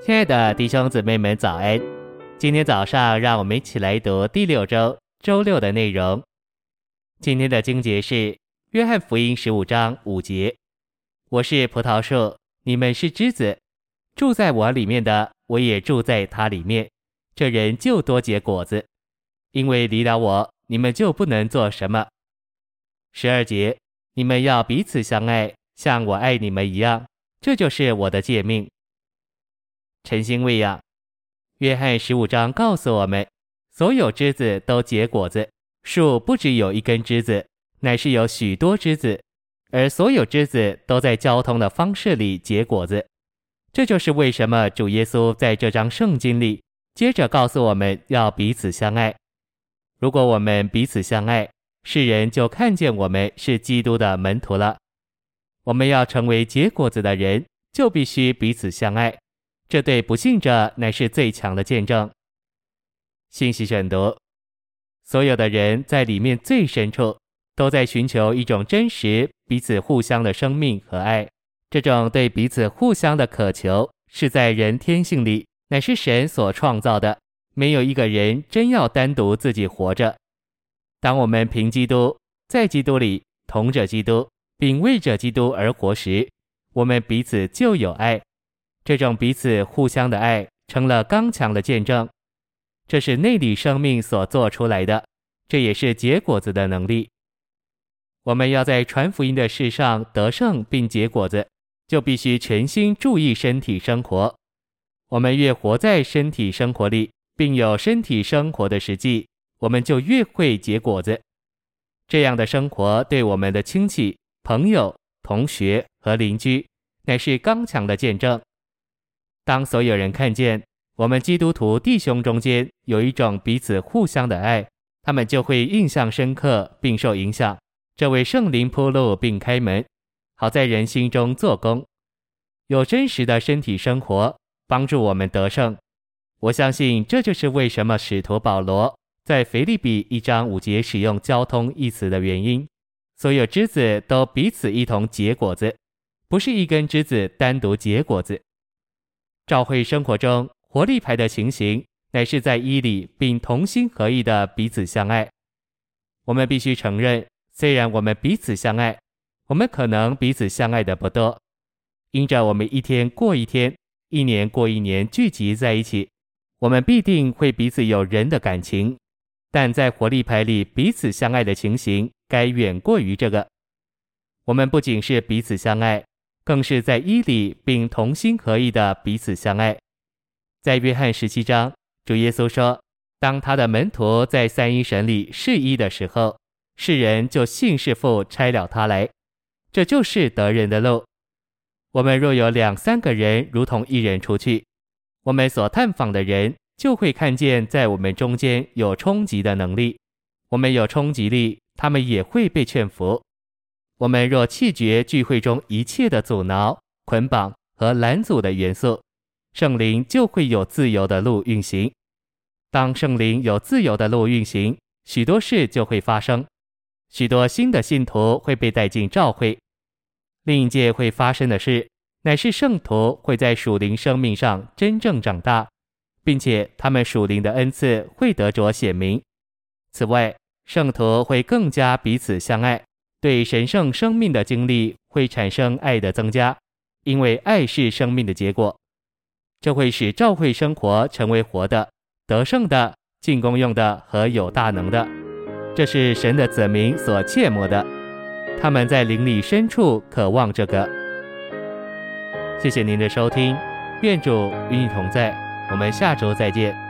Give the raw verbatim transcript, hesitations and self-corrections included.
亲爱的弟兄姊妹们早安，今天早上让我们一起来读第六周周六的内容。今天的经节是约翰福音十五章五节，我是葡萄树，你们是枝子，住在我里面的，我也住在他里面，这人就多结果子，因为离了我，你们就不能做什么。十二节，你们要彼此相爱，像我爱你们一样，这就是我的诫命。晨星喂养，约翰十五章告诉我们，所有枝子都结果子，树不只有一根枝子，乃是有许多枝子，而所有枝子都在交通的方式里结果子。这就是为什么主耶稣在这章圣经里接着告诉我们要彼此相爱。如果我们彼此相爱，世人就看见我们是基督的门徒了。我们要成为结果子的人，就必须彼此相爱，这对不信者乃是最强的见证。信息选读，所有的人在里面最深处都在寻求一种真实彼此互相的生命和爱。这种对彼此互相的渴求是在人天性里，乃是神所创造的，没有一个人真要单独自己活着。当我们凭基督，在基督里同着基督，并为着基督而活时，我们彼此就有爱。这种彼此互相的爱成了刚强的见证，这是内里生命所做出来的，这也是结果子的能力。我们要在传福音的事上得胜并结果子，就必须全心注意身体生活。我们越活在身体生活里，并有身体生活的实际，我们就越会结果子。这样的生活对我们的亲戚、朋友、同学和邻居乃是刚强的见证。当所有人看见我们基督徒弟兄中间有一种彼此互相的爱，他们就会印象深刻并受影响，这为圣灵铺路并开门，好在人心中做工。有真实的身体生活帮助我们得胜。我相信这就是为什么使徒保罗在腓立比一章五节使用交通一词的原因。所有枝子都彼此一同结果子，不是一根枝子单独结果子。教会生活中活力牌的情形乃是在一里并同心合意的彼此相爱。我们必须承认，虽然我们彼此相爱，我们可能彼此相爱的不多，因着我们一天过一天，一年过一年聚集在一起，我们必定会彼此有人的感情，但在活力牌里彼此相爱的情形该远过于这个。我们不仅是彼此相爱，更是在一里并同心合意的彼此相爱。在约翰十七章，主耶稣说，当他的门徒在三一神里是一的时候，世人就信是父差了他来，这就是得人的路。我们若有两三个人如同一人出去，我们所探访的人就会看见在我们中间有冲击的能力，我们有冲击力，他们也会被劝服。我们若弃绝聚会中一切的阻挠、捆绑和拦阻的元素，圣灵就会有自由的路运行。当圣灵有自由的路运行，许多事就会发生，许多新的信徒会被带进教会。另一件会发生的事，乃是圣徒会在属灵生命上真正长大，并且他们属灵的恩赐会得着显明。此外，圣徒会更加彼此相爱，对神圣生命的经历会产生爱的增加，因为爱是生命的结果。这会使教会生活成为活的、得胜的、进功用的和有大能的。这是神的子民所切慕的，他们在灵里深处渴望这个。谢谢您的收听，愿主与你同在，我们下周再见。